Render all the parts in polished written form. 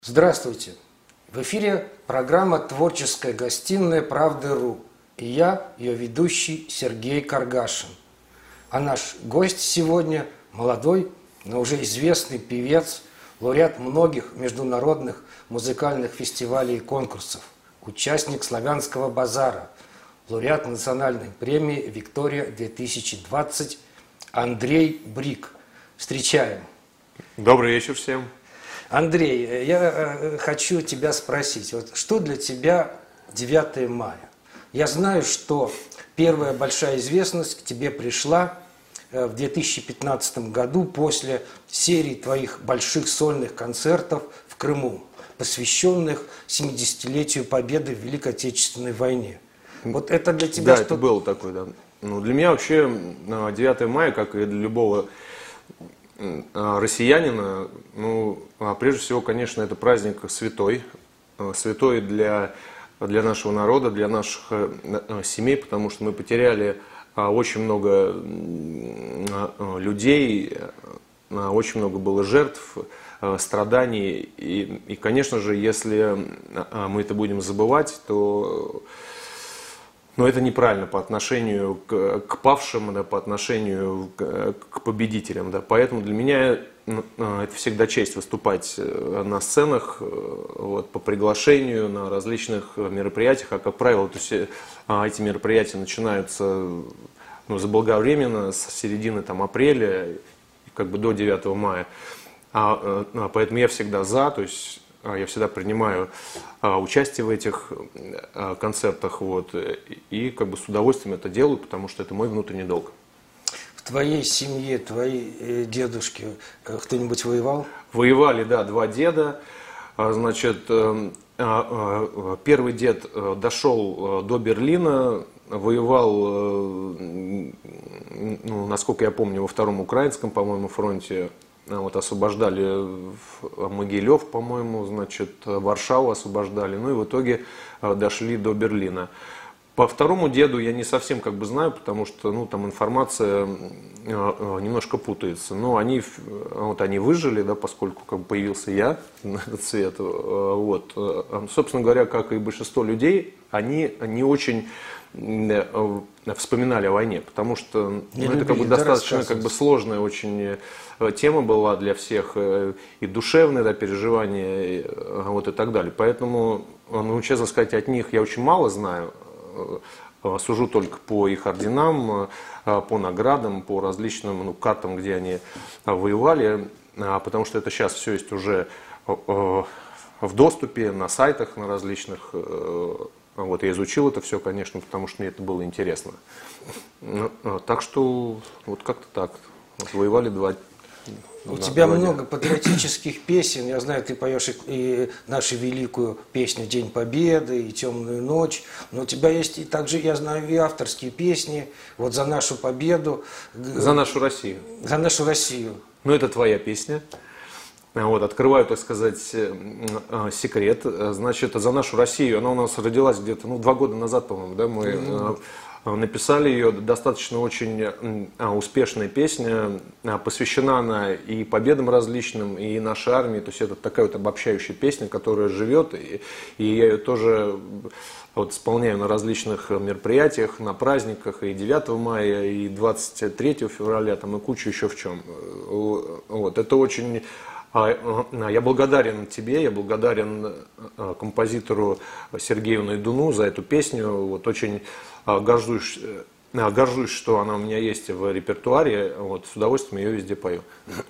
Здравствуйте! В эфире программа «Творческая гостиная Правды.ру» и я, ее ведущий Сергей Каргашин. А наш гость сегодня – молодой, но уже известный певец, лауреат многих международных музыкальных фестивалей и конкурсов, участник «Славянского базара», лауреат национальной премии «Виктория-2020» Андрей Брик. Встречаем! Добрый вечер всем! Андрей, я хочу тебя спросить, вот что для тебя 9 мая? Я знаю, что первая большая известность к тебе пришла в 2015 году после серии твоих больших сольных концертов в Крыму, посвященных 70-летию Победы в Великой Отечественной войне. Вот это для тебя что... Да, это было такое, да. Ну, для меня вообще 9 мая, как и для любого россиянина, прежде всего, конечно, это праздник святой. Святой для нашего народа, для наших семей, потому что мы потеряли очень много людей, очень много было жертв, страданий. И, конечно же, если мы это будем забывать, то это неправильно по отношению к павшим, да, по отношению к победителям. Да. Поэтому для меня это всегда честь выступать на сценах по приглашению на различных мероприятиях. А как правило, эти мероприятия начинаются заблаговременно, с середины апреля до 9 мая. Поэтому я всегда за, то есть я всегда принимаю участие в этих концертах, и с удовольствием это делаю, потому что это мой внутренний долг. В твоей семье, твои дедушки, кто-нибудь воевал? Воевали, да, 2 деда. Значит, первый дед дошел до Берлина, воевал, насколько я помню, во Втором Украинском, по-моему, фронте. Освобождали Могилев, по-моему, Варшаву освобождали, и в итоге дошли до Берлина. По второму деду я не совсем знаю, потому что там информация немножко путается. Но они выжили, да, поскольку появился я на этот свет. Собственно говоря, как и большинство людей, они не очень вспоминали о войне, потому что это достаточно сложная очень тема была для всех, и душевные, да, переживания, и так далее. Поэтому, честно сказать, от них я очень мало знаю, сужу только по их орденам, по наградам, по различным картам, где они воевали, потому что это сейчас все есть уже в доступе, на сайтах, на различных. Я изучил это все, конечно, потому что мне это было интересно. Так что как-то так. Воевали 2. У тебя много патриотических песен. Я знаю, ты поешь и нашу великую песню «День Победы», и «Темную ночь». Но у тебя есть и также, я знаю, и авторские песни. «За нашу победу». «За нашу Россию». «За нашу Россию». Это твоя песня. Открываю, так сказать, секрет. Значит, «За нашу Россию», она у нас родилась где-то 2 года назад, по-моему, да, мы написали ее. Достаточно очень успешная песня, посвящена она и победам различным, и нашей армии. То есть это такая обобщающая песня, которая живет, и я ее тоже исполняю на различных мероприятиях, на праздниках, и 9 мая, и 23 февраля, и кучу еще в чем. Это очень... Я благодарен тебе, я благодарен композитору Сергею Найдуну за эту песню. Очень горжусь, что она у меня есть в репертуаре. С удовольствием ее везде пою.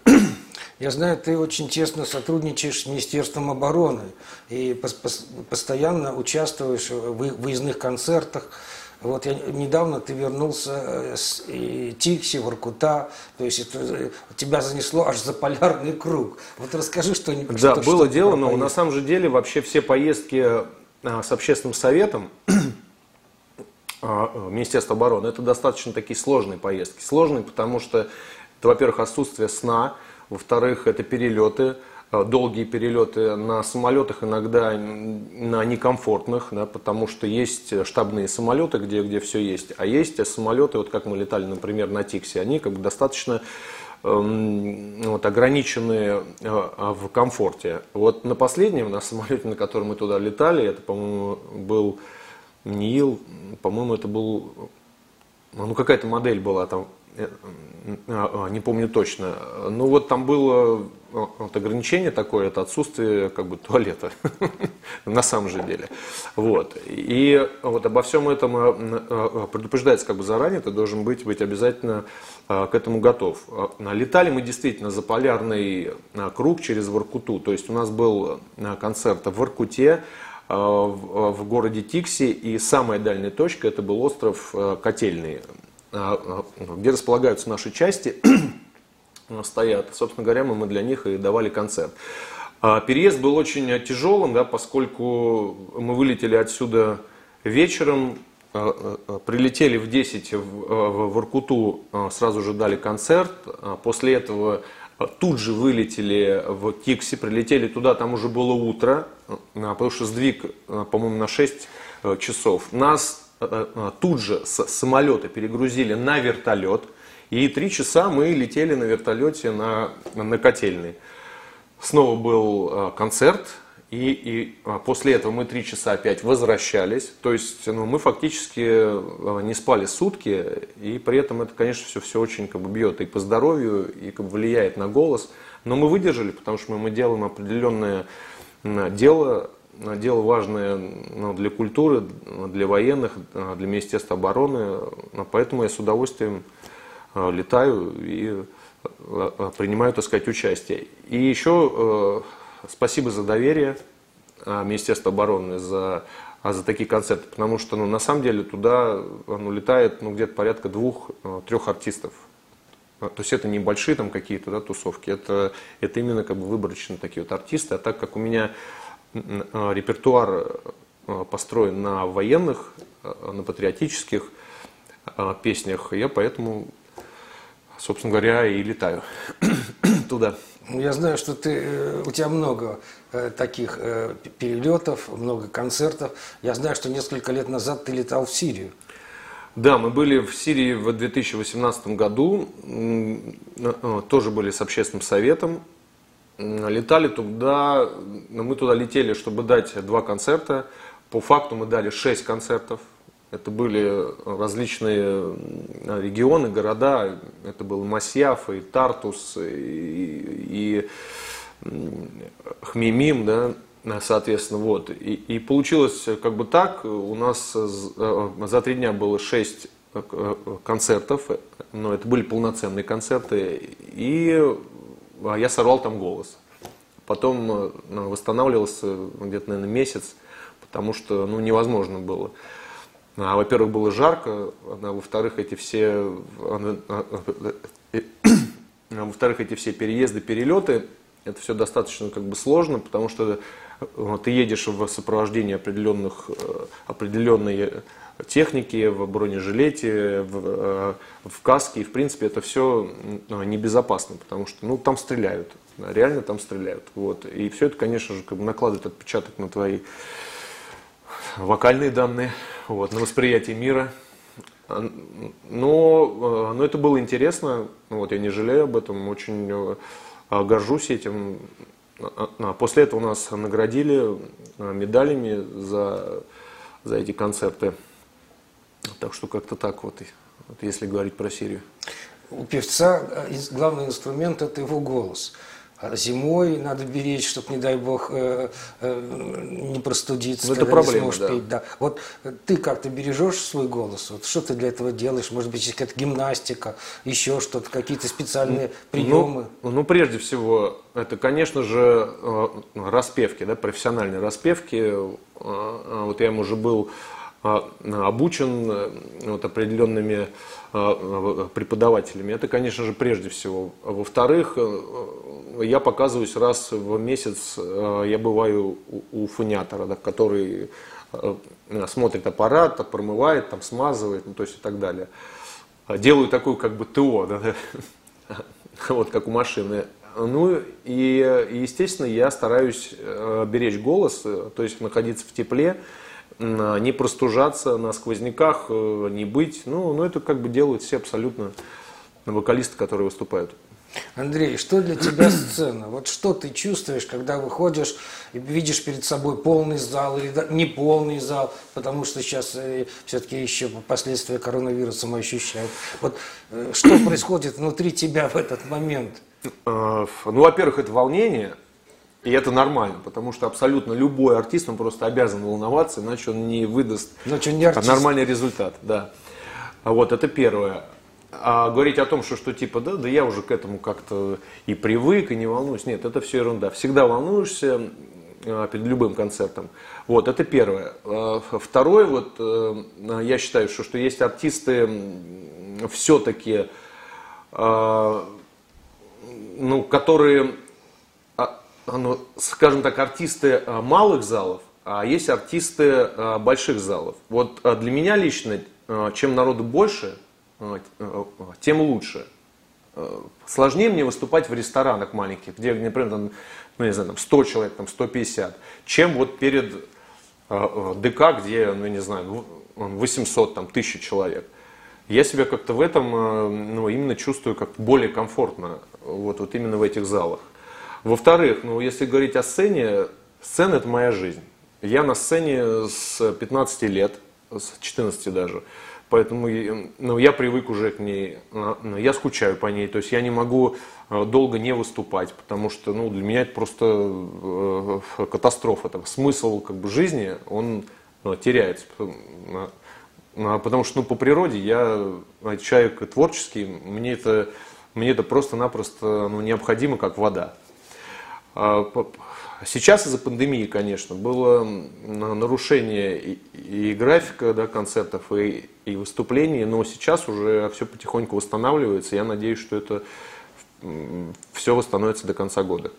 Я знаю, ты очень тесно сотрудничаешь с Министерством обороны и постоянно участвуешь в выездных концертах. Недавно ты вернулся с Тикси, Воркута, то есть тебя занесло аж за полярный круг. Расскажи что-нибудь. Да, было дело, но на самом же деле вообще все поездки с общественным советом Министерства обороны, это достаточно такие сложные поездки. Сложные, потому что это, во-первых, отсутствие сна, во-вторых, это перелеты, долгие перелеты на самолетах, иногда на некомфортных, да, потому что есть штабные самолеты, где все есть, а есть самолеты, как мы летали, например, на Тикси, они достаточно вот, ограничены в комфорте. Вот на последнем, на самолете, на котором мы туда летали, это, по-моему, был НИИЛ, по-моему, это был, ну, какая-то модель была там, не помню точно. Ну, вот там было вот ограничение такое, это отсутствие как бы туалета, на самом же деле. Вот. И вот обо всем этом предупреждается как бы заранее, ты должен быть обязательно к этому готов. Летали мы действительно за полярный круг через Воркуту, то есть у нас был концерт в Воркуте, в городе Тикси, и самая дальняя точка это был остров Котельный, где располагаются наши части, стоят. Собственно говоря, мы для них и давали концерт. Переезд был очень тяжелым, да, поскольку мы вылетели отсюда вечером, прилетели в 10 в Воркуту, сразу же дали концерт. После этого тут же вылетели в Тикси, прилетели туда, там уже было утро, потому что сдвиг, по-моему, на 6 часов. Нас тут же с самолета перегрузили на вертолет, и 3 часа мы летели на вертолете на Котельный. Снова был концерт, и после этого мы 3 часа опять возвращались. То есть мы фактически не спали сутки, и при этом это, конечно, все очень как бы бьет и по здоровью, и как бы влияет на голос. Но мы выдержали, потому что мы делаем определенное дело важное для культуры, для военных, для Министерства обороны. Поэтому я с удовольствием летаю и принимаю, так сказать, участие. И еще спасибо за доверие Министерству обороны, за такие концерты, потому что на самом деле туда летает где-то порядка 2-3 артистов. То есть это не большие там какие-то, да, тусовки, это именно как бы выборочные такие вот артисты. А так как у меня репертуар построен на военных, на патриотических песнях, я поэтому, собственно говоря, и летаю туда. Я знаю, что у тебя много таких перелетов, много концертов. Я знаю, что несколько лет назад ты летал в Сирию. Да, мы были в Сирии в 2018 году, тоже были с общественным советом. Летали туда, мы туда летели, чтобы дать 2 концерта. По факту мы дали 6 концертов. Это были различные регионы, города. Это был Масьяф, и Тартус, и Хмеймим, да, соответственно. Вот. И получилось как бы так. У нас за 3 дня было 6 концертов, но это были полноценные концерты. И я сорвал там голос. Потом восстанавливался где-то, наверное, месяц, потому что невозможно было. Во-первых, было жарко, во-вторых, эти все переезды, перелеты, это все достаточно как бы сложно, потому что ты едешь в сопровождении определенной техники, в бронежилете, в каске, и в принципе это все небезопасно, потому что там стреляют, реально там стреляют. Вот. И все это, конечно же, как бы накладывает отпечаток на твои вокальные данные, вот, на восприятие мира. Но это было интересно, вот, я не жалею об этом, очень горжусь этим. После этого нас наградили медалями за эти концерты. Так что как-то так вот, если говорить про Сирию. У певца главный инструмент – это его голос. А зимой надо беречь, чтобы, не дай бог, не простудиться, это когда не проблема, сможешь да. петь. Да. Вот ты как-то бережешь свой голос? Вот что ты для этого делаешь? Может быть, какая-то гимнастика, еще что-то, какие-то специальные приемы? Прежде всего, это, конечно же, распевки, да, профессиональные распевки. Вот я им уже был обучен вот, определенными преподавателями. Это, конечно же, прежде всего. Во-вторых, я показываюсь раз в месяц, я бываю у фониатора, да, который смотрит аппарат, промывает, там, смазывает, то есть и так далее. Делаю такую как бы ТО, да, вот как у машины. И, естественно, я стараюсь беречь голос, то есть находиться в тепле, не простужаться, на сквозняках не быть. Это как бы делают все абсолютно вокалисты, которые выступают. Андрей, что для тебя сцена? Вот что ты чувствуешь, когда выходишь и видишь перед собой полный зал или неполный зал, потому что сейчас все-таки еще последствия коронавируса мы ощущаем. Вот что происходит внутри тебя в этот момент? Ну, во-первых, это волнение, и это нормально, потому что абсолютно любой артист, он просто обязан волноваться, иначе он не выдаст нормальный результат. Да. Вот, это первое. А говорить о том, что типа, да я уже к этому как-то и привык, и не волнуюсь. Нет, это все ерунда. Всегда волнуешься перед любым концертом. Вот, это первое. Второе, вот, я считаю, что есть артисты все-таки, ну, которые, ну, скажем так, артисты малых залов, а есть артисты больших залов. Вот для меня лично, чем народу больше, тем лучше. Сложнее мне выступать в ресторанах маленьких, где, например, там, ну, не знаю, там 100 человек, там 150, чем вот перед ДК, где, ну, не знаю, 800, там, 1000 человек. Я себя как-то в этом, ну, именно чувствую как более комфортно, вот именно в этих залах. Во-вторых, ну, если говорить о сцене, сцена – это моя жизнь. Я на сцене с 15 лет, с 14 даже. Поэтому, ну, я привык уже к ней, я скучаю по ней, то есть я не могу долго не выступать, потому что, ну, для меня это просто катастрофа. Там, смысл как бы жизни, он теряется, потому что, ну, по природе я человек творческий, мне это просто-напросто, ну, необходимо, как вода. Сейчас из-за пандемии, конечно, было нарушение и графика, да, концертов, и выступлений, но сейчас уже все потихоньку восстанавливается. Я надеюсь, что это все восстановится до конца года.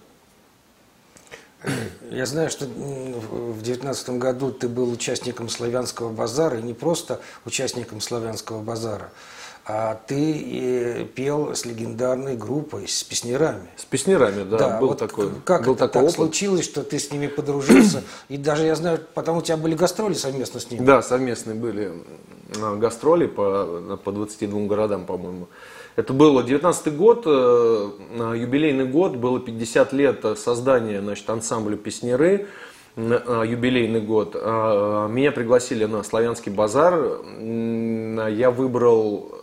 Я знаю, что в 2019 году ты был участником «Славянского базара», и не просто участником «Славянского базара», а ты пел с легендарной группой, с песнярами. С песнярами, да, да, был вот такой. Как был это такой так опыт. случилось, что ты с ними подружился? И даже, я знаю, потому у тебя были гастроли совместно с ними. Да, совместные были гастроли по 22 городам, по-моему. Это был 19-й год, юбилейный год, было 50 лет создания, значит, ансамбля «Песняры», юбилейный год. Меня пригласили на «Славянский базар», я выбрал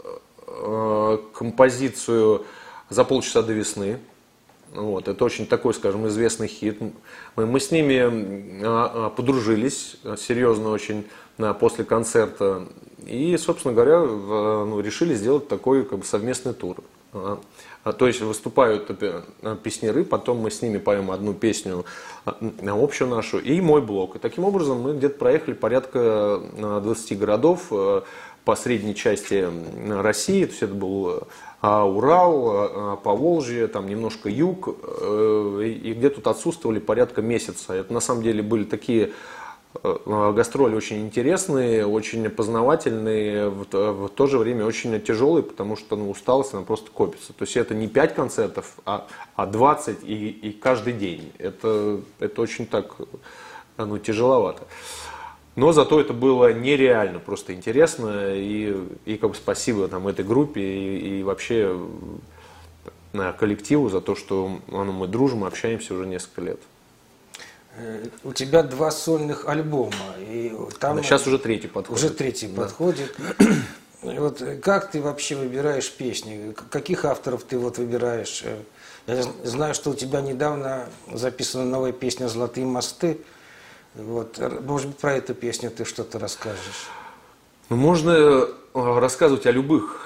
композицию «За полчаса до весны». Вот, это очень такой, скажем, известный хит. Мы с ними подружились серьезно очень после концерта. И, собственно говоря, ну, решили сделать такой как бы совместный тур. То есть выступают песняры, потом мы с ними поем одну песню общую нашу и мой блок. И таким образом мы где-то проехали порядка 20 городов по средней части России. То есть это был Урал, Поволжье, там немножко юг. И где тут отсутствовали порядка месяца. Это на самом деле были такие гастроли очень интересные, очень познавательные, в то же время очень тяжелые, потому что, ну, усталость она просто копится. То есть это не 5 концертов, а 20 и каждый день. Это очень так, ну, тяжеловато. Но зато это было нереально просто интересно. И как бы спасибо там, этой группе и вообще коллективу за то, что мы дружим, общаемся уже несколько лет. У тебя 2 сольных альбома. И там да, сейчас уже 3-й подходит. Уже 3-й подходит. Вот как ты вообще выбираешь песни? Каких авторов ты вот выбираешь? Я знаю, что у тебя недавно записана новая песня «Золотые мосты». Вот, может быть, про эту песню ты что-то расскажешь? Ну, можно рассказывать о любых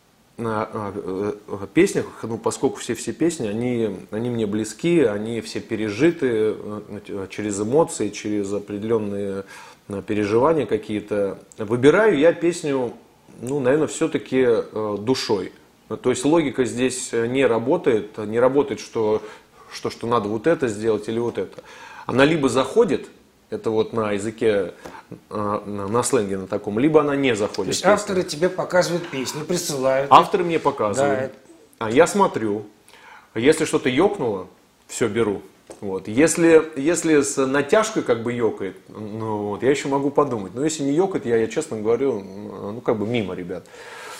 песнях, ну, поскольку все песни, они мне близки, они все пережиты через эмоции, через определенные переживания какие-то. Выбираю я песню, ну, наверное, все-таки душой. То есть логика здесь не работает, что надо вот это сделать или вот это. Она либо заходит, это вот на языке, на сленге на таком, либо она не заходит. То есть авторы тебе показывают песни, присылают. Авторы мне показывают. Да. Я смотрю. Если что-то ёкнуло, все, беру. Вот. Если с натяжкой как бы ёкает, ну, вот, я еще могу подумать. Но если не ёкает, я честно говорю, ну, как бы мимо, ребят.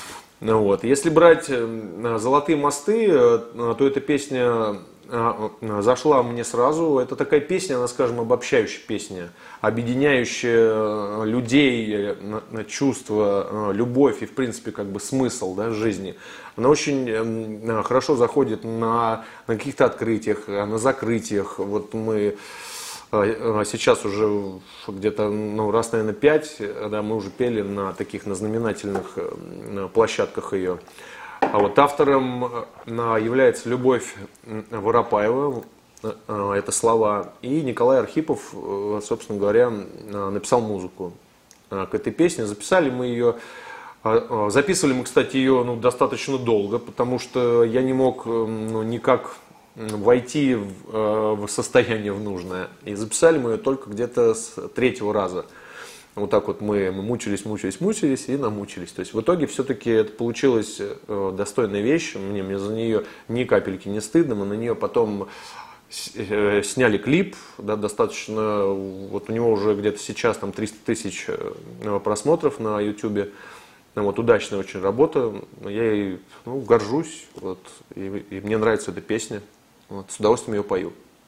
Ну, вот. Если брать «Золотые мосты», то эта песня зашла мне сразу. Это такая песня, она, скажем, обобщающая песня, объединяющая людей, чувства, любовь и, в принципе, как бы смысл, да, жизни. Она очень хорошо заходит на каких-то открытиях, на закрытиях. Вот мы сейчас уже где-то, ну, раз, наверное, 5, да, мы уже пели на таких, на знаменательных площадках ее. А вот автором является Любовь Воропаева, это слова, и Николай Архипов, собственно говоря, написал музыку к этой песне. Записали мы ее, записывали мы, кстати, ее, ну, достаточно долго, потому что я не мог, ну, никак войти в состояние в нужное. И записали мы ее только где-то с 3-го раза. Вот так вот мы мучились и намучились. То есть в итоге все-таки это получилась достойная вещь. Мне за нее ни капельки не стыдно. Мы на нее потом сняли клип, да, достаточно, вот у него уже где-то сейчас там 300 тысяч просмотров на YouTube. Вот, удачная очень работа. Я ей, ну, горжусь. Вот, и мне нравится эта песня. Вот, с удовольствием ее пою.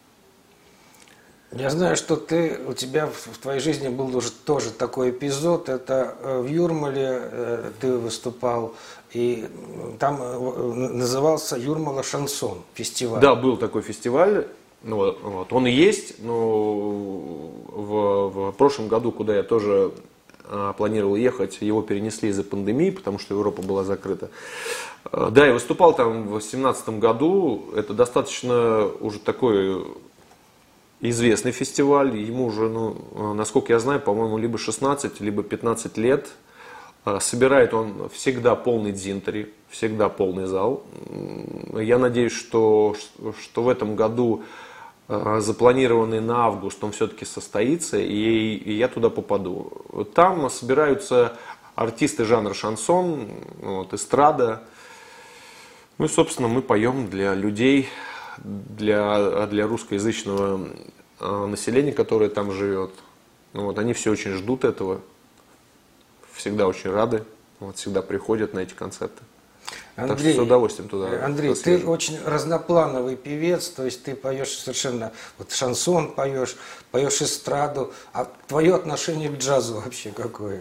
Я знаю, что у тебя в твоей жизни был уже тоже такой эпизод. Это в Юрмале ты выступал, и там назывался «Юрмала шансон» фестиваль. Да, был такой фестиваль. Вот, он и есть, но в прошлом году, куда я тоже планировал ехать, его перенесли из-за пандемии, потому что Европа была закрыта. Да, я выступал там в 2017 году. Это достаточно уже такой известный фестиваль. Ему уже, ну, насколько я знаю, по-моему, либо 16, либо 15 лет. Собирает он всегда полный дзинтери, всегда полный зал. Я надеюсь, что в этом году, запланированный на август, он все-таки состоится, и я туда попаду. Там собираются артисты жанра шансон, вот, эстрада. Ну и, собственно, мы поем для людей, для русскоязычного населения, которое там живет. Вот, они все очень ждут этого, всегда очень рады, вот, всегда приходят на эти концерты. Андрей, так что с удовольствием туда. Андрей, ты очень разноплановый певец, то есть ты поешь совершенно, вот шансон поешь эстраду, а твое отношение к джазу вообще какое?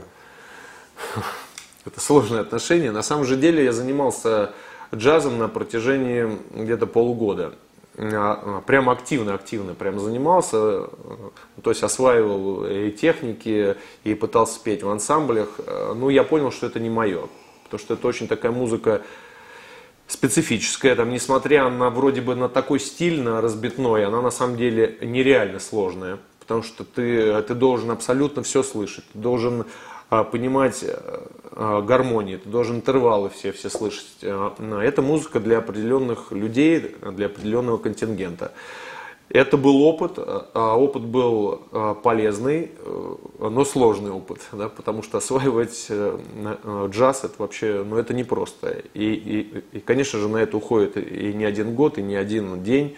Это сложное отношение. На самом же деле я занимался джазом на протяжении где-то полугода. Прям активно прям занимался, то есть осваивал и техники, и пытался петь в ансамблях. Ну, я понял, что это не мое, потому что это очень такая музыка специфическая, там, несмотря на вроде бы на такой стиль, на разбитной, она на самом деле нереально сложная, потому что ты должен абсолютно все слышать, ты должен понимать гармонии, ты должен интервалы все слышать. Это музыка для определенных людей, для определенного контингента. Это был опыт, опыт был полезный, но сложный опыт, да, потому что осваивать джаз это вообще, ну, это непросто. И, конечно же, на это уходит и не один год, и не один день.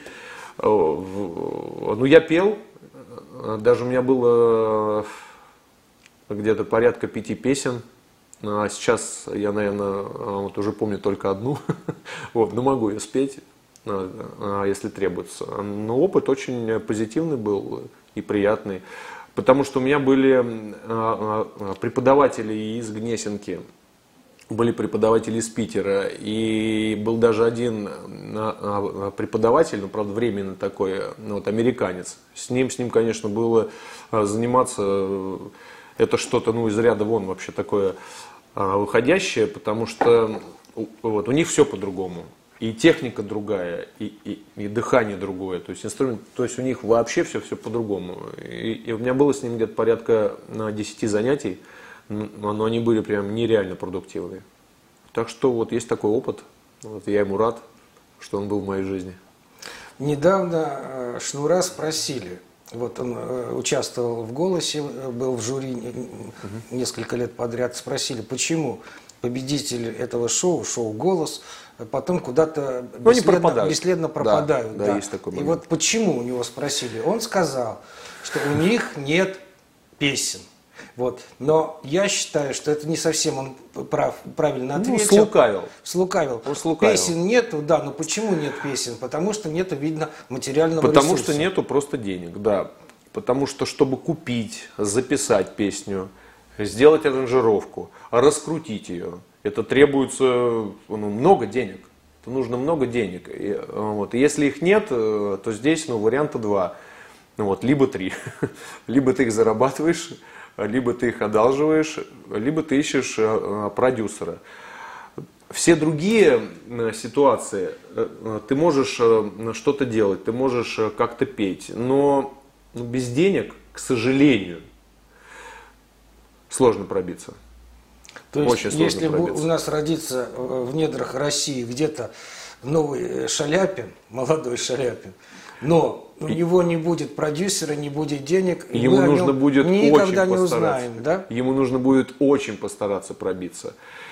Ну, я пел, даже у меня было где-то порядка 5 песен. А сейчас я, наверное, вот уже помню только одну, вот, но могу ее спеть, если требуется. Но опыт очень позитивный был и приятный, потому что у меня были преподаватели из Гнесинки, были преподаватели из Питера, и был даже один преподаватель, ну, правда, временно такой, ну, вот, американец. С ним, конечно, было заниматься, это что-то, ну, из ряда вон вообще такое выходящее, потому что вот, у них все по-другому. И техника другая, и дыхание другое, то есть инструмент, то есть у них вообще все по-другому. И у меня было с ним где-то порядка 10 занятий, но они были прям нереально продуктивные. Так что вот есть такой опыт, вот, я ему рад, что он был в моей жизни. Недавно Шнура спросили, вот он участвовал в «Голосе», был в жюри несколько лет подряд, спросили, почему победители этого шоу «Голос», потом куда-то бесследно пропадают. Да, есть такой момент. И вот почему у него спросили, он сказал, что у них нет песен. Вот. Но я считаю, что это не совсем он правильно ответил. Слукавил. Слукавил. Он слукавил. Песен нету, да, но почему нет песен? Потому что нету, видно, материального Потому ресурса. что нету просто денег, да. Потому что, чтобы купить, записать песню, сделать аранжировку, раскрутить ее, это требуется много денег. Это нужно много денег. И если их нет, то здесь варианта два. Либо три. Либо ты их зарабатываешь, либо ты их одалживаешь, либо ты ищешь продюсера. Все другие ситуации, ты можешь что-то делать, ты можешь как-то петь, но без денег, к сожалению, сложно пробиться. То есть, очень сложно если пробиться. у нас родится в недрах России где-то новый Шаляпин, молодой Шаляпин, но у него не будет продюсера, не будет денег, и ему мы нужно будет никогда очень не постараться. узнаем, да? Ему нужно будет очень постараться пробиться.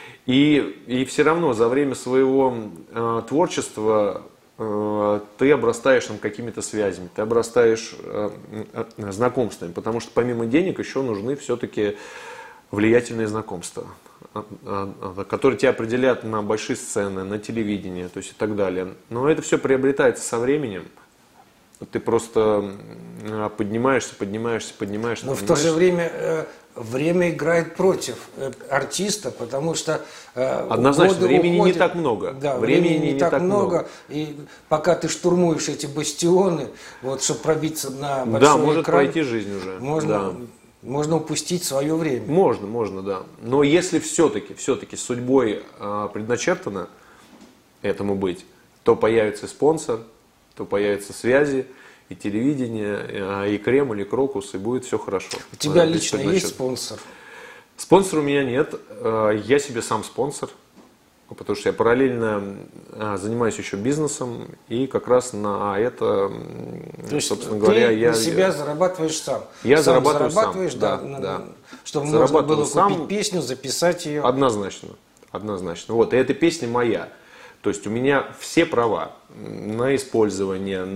И все равно за время своего творчества ты обрастаешь какими-то связями, ты обрастаешь знакомствами, потому что помимо денег еще нужны все-таки влиятельные знакомства, которые тебя определяют на большие сцены, на телевидении, то есть и так далее. Но это все приобретается со временем. Ты просто поднимаешься. Но в то же время время играет против артиста, потому что однозначно времени уходят, не так много. Да, времени не так много. И пока ты штурмуешь эти бастионы, чтобы пробиться на большой да, может экран, пройти жизнь уже. Можно упустить свое время. Можно, да. Но если все-таки судьбой предначертано этому быть, то появится спонсор, то появятся связи, и телевидение, и Кремль, и Крокус, и будет все хорошо. У тебя лично есть спонсор? Спонсора у меня нет. Я себе сам спонсор, потому что я параллельно занимаюсь еще бизнесом, и как раз на это, то есть собственно говоря, ты на себя зарабатываешь сам? Я сам зарабатываю сам, да. Чтобы зарабатываю можно было сам, купить песню, записать ее. Однозначно. И эта песня моя. То есть у меня все права на использование,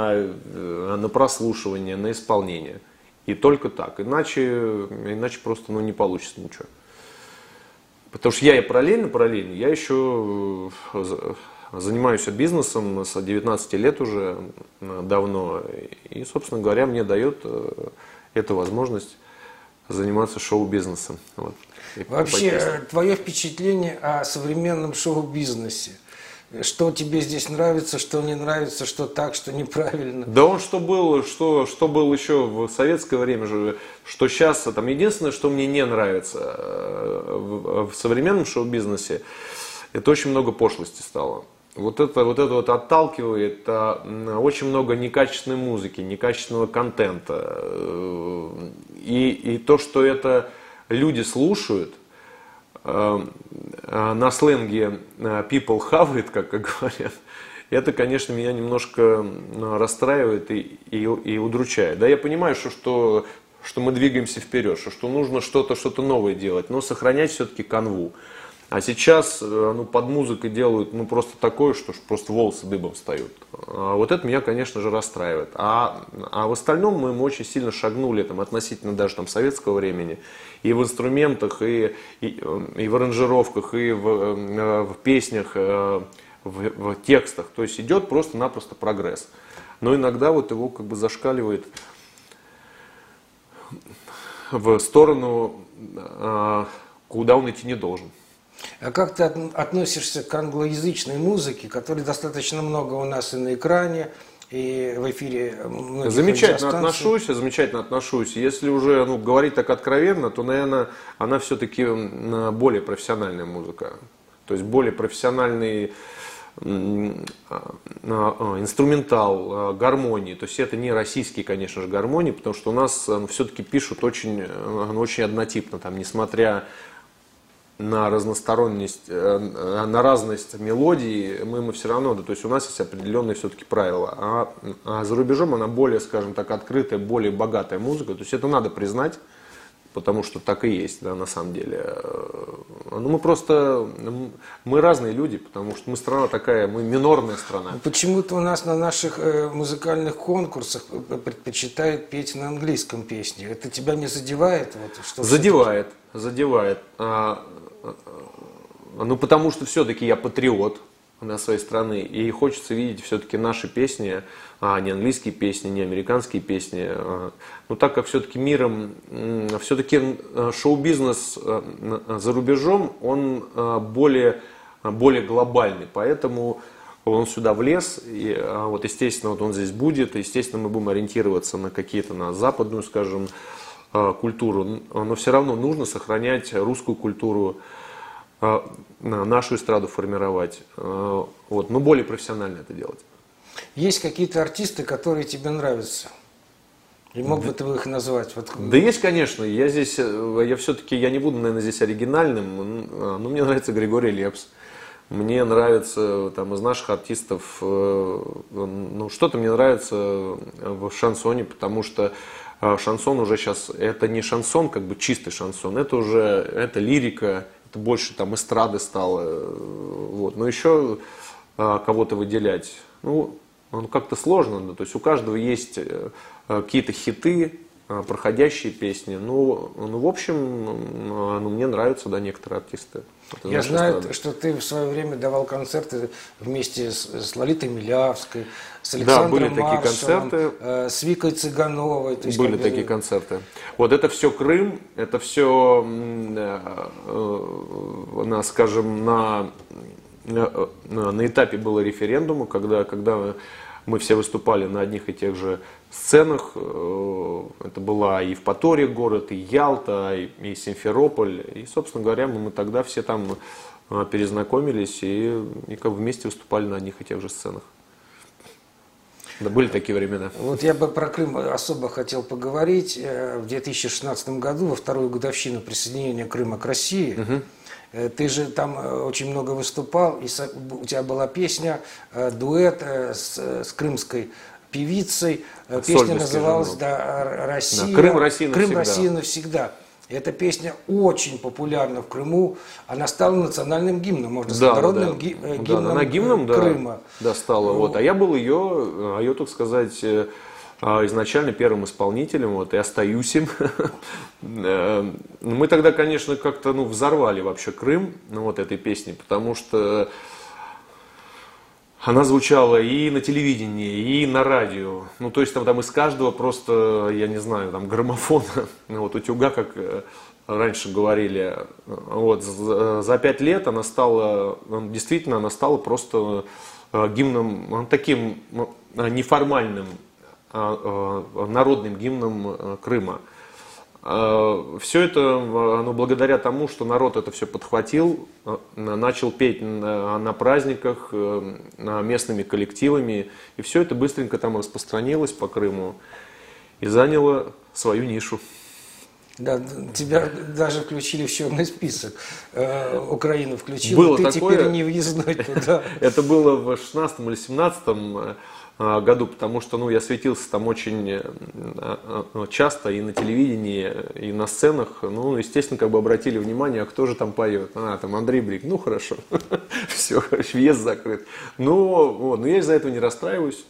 на прослушивание, на исполнение. И только так. Иначе просто не получится ничего. Потому что я и параллельно, я еще занимаюсь бизнесом с 19 лет уже давно. И, собственно говоря, мне дает эту возможность заниматься шоу-бизнесом. Вообще, твое впечатление о современном шоу-бизнесе? Что тебе здесь нравится, что не нравится, что так, что неправильно? Да он что был еще в советское время, что сейчас. Единственное, что мне не нравится в современном шоу-бизнесе, это очень много пошлости стало. Вот это отталкивает, очень много некачественной музыки, некачественного контента. И то, что это люди слушают, на сленге people have it, как говорят, это, конечно, меня немножко расстраивает и удручает. Да, я понимаю, что мы двигаемся вперед, что нужно что-то новое делать, но сохранять все-таки канву. А сейчас под музыкой делают просто такое, что просто волосы дыбом встают. Вот это меня, конечно же, расстраивает. А в остальном мы очень сильно шагнули относительно даже советского времени. И в инструментах, и в аранжировках, и в песнях, в текстах. То есть идет просто-напросто прогресс. Но иногда его зашкаливает в сторону, куда он идти не должен. А как ты относишься к англоязычной музыке, которой достаточно много у нас и на экране, и в эфире многих замечательно отношусь. Если уже говорить так откровенно, то, наверное, она все-таки более профессиональная музыка. То есть более профессиональный инструментал, гармонии. То есть это не российские, конечно же, гармонии, потому что у нас все-таки пишут очень однотипно, несмотря на разносторонность, на разность мелодий, мы все равно, то есть у нас есть определенные все-таки правила. А за рубежом она более, скажем так, открытая, более богатая музыка. То есть это надо признать. потому что так и есть, да, на самом деле. Ну, мы разные люди, потому что мы страна такая, мы минорная страна. Почему-то у нас на наших музыкальных конкурсах предпочитают петь на английском песне. Это тебя не задевает? Вот, что задевает. Ну, потому что все-таки я патриот на своей страны, и хочется видеть все-таки наши песни, а не английские песни, не американские песни. Но так как все-таки миром, все-таки шоу-бизнес за рубежом, он более глобальный, поэтому он сюда влез, и вот, естественно, вот он здесь будет, естественно, мы будем ориентироваться на какие-то, на западную, скажем, культуру, но все равно нужно сохранять русскую культуру, нашу эстраду формировать, вот, но более профессионально это делать. Есть какие-то артисты, которые тебе нравятся? И мог бы ты их назвать? Вот... Да есть, конечно. Я все-таки, я не буду, наверное, здесь оригинальным, но мне нравится Григорий Лепс. Мне нравится там, из наших артистов, ну, что-то мне нравится в шансоне, потому что шансон уже сейчас, это не шансон, как бы чистый шансон, это лирика, это больше там эстрады стало, вот. Но еще кого-то выделять, ну как-то сложно, да? То есть у каждого есть какие-то хиты, проходящие песни, ну в общем, мне нравятся, да, некоторые артисты. Я знаю, что ты в свое время давал концерты вместе с Лолитой Милявской, с Александром были такие Маршалом, концерты. с Викой Цыгановой. То есть, были такие концерты. Вот это все Крым, это все, скажем, на этапе было референдума, когда мы все выступали на одних и тех же сценах. Это была и Евпатория город, и Ялта, и Симферополь. И, собственно говоря, мы тогда все там перезнакомились и как бы вместе выступали на одних и тех же сценах. Да, были такие времена. Вот я бы про Крым особо хотел поговорить. В 2016 году, во вторую годовщину присоединения Крыма к России, ты же там очень много выступал, и у тебя была песня, дуэт с крымской певицей. Песня называлась «Россия». Да, Крым, Россия навсегда. Крым, Россия навсегда. Эта песня очень популярна в Крыму. Она стала национальным гимном, можно сказать, народным гимном, она гимном Крыма. Да, стала. Вот. А я был ее, так сказать, изначально первым исполнителем, вот, и остаюсь им. Мы тогда, конечно, как-то взорвали вообще Крым, вот этой песней, потому что она звучала и на телевидении, и на радио. Ну, то есть там из каждого просто, я не знаю, там граммофона, вот, утюга, как раньше говорили. Вот, за 5 лет она стала, действительно, она стала просто гимном, таким неформальным, народным гимном Крыма. Все это благодаря тому, что народ это все подхватил, начал петь на праздниках местными коллективами, и все это быстренько там распространилось по Крыму и заняло свою нишу. Да, тебя даже включили в черный список. Украину включили, было ты такое, теперь не въездной туда. Это было в 16 или 17 году, потому что я светился там очень часто и на телевидении, и на сценах. Ну, естественно, как бы обратили внимание, а кто же там поет. Там Андрей Брик. Ну, хорошо. Все, въезд закрыт. Но я из-за этого не расстраиваюсь.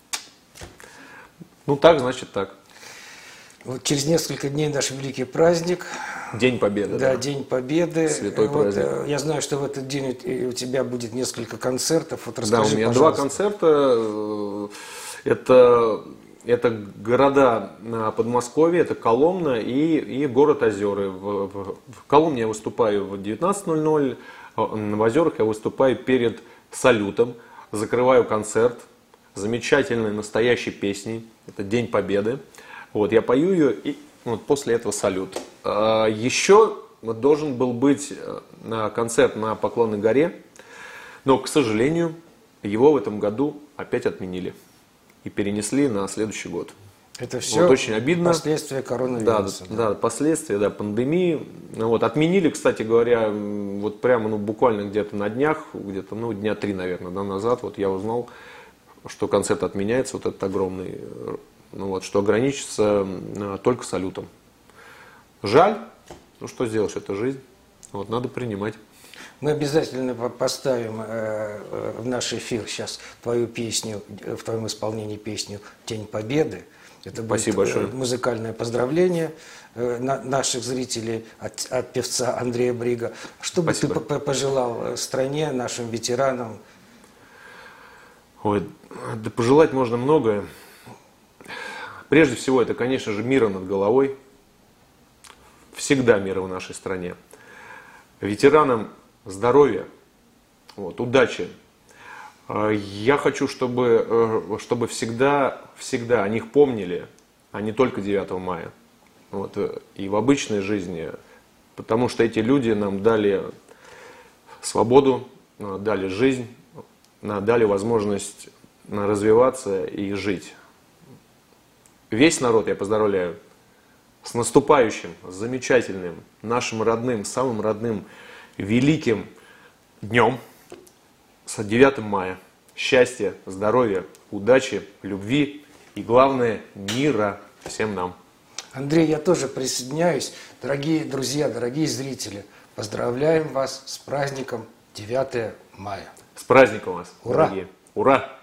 Ну, так, значит, так. Вот через несколько дней наш великий праздник. День Победы. Да, День Победы. Святой праздник. Я знаю, что в этот день у тебя будет несколько концертов. Вот расскажи, да, у меня пожалуйста. 2 концерта. Это города Подмосковья, это Коломна и город Озеры. В Коломне я выступаю в 19:00, в Озерах я выступаю перед салютом, закрываю концерт замечательной настоящей песней. Это День Победы. Вот, я пою ее, и вот после этого салют. Еще должен был быть концерт на Поклонной горе, но, к сожалению, его в этом году опять отменили и перенесли на следующий год. Это все вот, очень обидно. Последствия коронавируса. Да, последствия пандемии. Вот, отменили, кстати говоря, вот прямо буквально где-то на днях, где-то дня 3, наверное, назад, вот я узнал, что концерт отменяется, вот этот огромный. Что ограничится только салютом. Жаль, ну что сделаешь, это жизнь. Вот, надо принимать. Мы обязательно поставим в наш эфир сейчас твою песню, в твоем исполнении песню «День Победы». Это Спасибо будет большое. музыкальное поздравление наших зрителей от певца Андрея Брига. Что бы ты пожелал стране, нашим ветеранам? Ой, да пожелать можно многое. Прежде всего, это, конечно же, мира над головой. Всегда мира в нашей стране. Ветеранам здоровья, вот, удачи. Я хочу, чтобы всегда о них помнили, а не только 9 мая. Вот, и в обычной жизни, потому что эти люди нам дали свободу, дали жизнь, дали возможность развиваться и жить. Весь народ я поздравляю с наступающим, с замечательным, нашим родным, самым родным, великим днем, с 9 мая. Счастья, здоровья, удачи, любви и, главное, мира всем нам. Андрей, я тоже присоединяюсь. Дорогие друзья, дорогие зрители, поздравляем вас с праздником 9 мая. С праздником вас, Ура! дорогие! Ура!